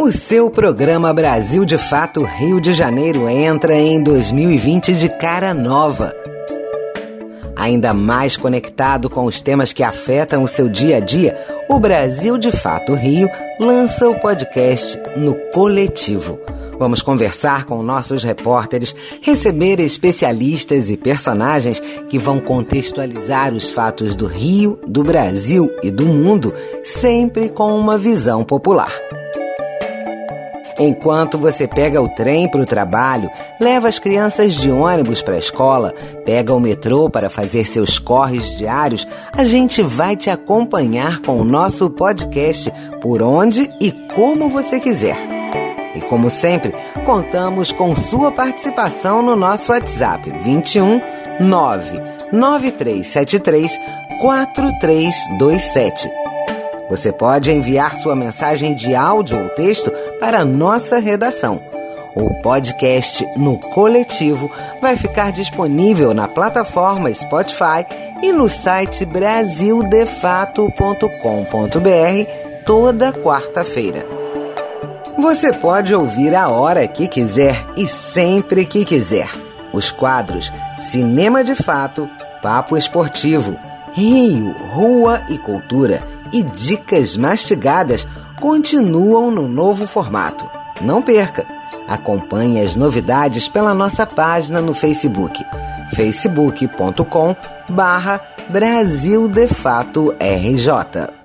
O seu programa Brasil de Fato Rio de Janeiro entra em 2020 de cara nova. Ainda mais conectado com os temas que afetam o seu dia a dia, o Brasil de Fato Rio lança o podcast No Coletivo. Vamos conversar com nossos repórteres, receber especialistas e personagens que vão contextualizar os fatos do Rio, do Brasil e do mundo, sempre com uma visão popular. Enquanto você pega o trem para o trabalho, leva as crianças de ônibus para a escola, pega o metrô para fazer seus corres diários, a gente vai te acompanhar com o nosso podcast por onde e como você quiser. E como sempre, contamos com sua participação no nosso WhatsApp 21 99373 4327. Você pode enviar sua mensagem de áudio ou texto para a nossa redação. O podcast No Coletivo vai ficar disponível na plataforma Spotify e no site brasildefato.com.br toda quarta-feira. Você pode ouvir a hora que quiser e sempre que quiser. Os quadros Cinema de Fato, Papo Esportivo, Rio, Rua e Cultura e Dicas Mastigadas continuam no novo formato. Não perca! Acompanhe as novidades pela nossa página no Facebook, facebook.com/BrasilDeFatoRJ.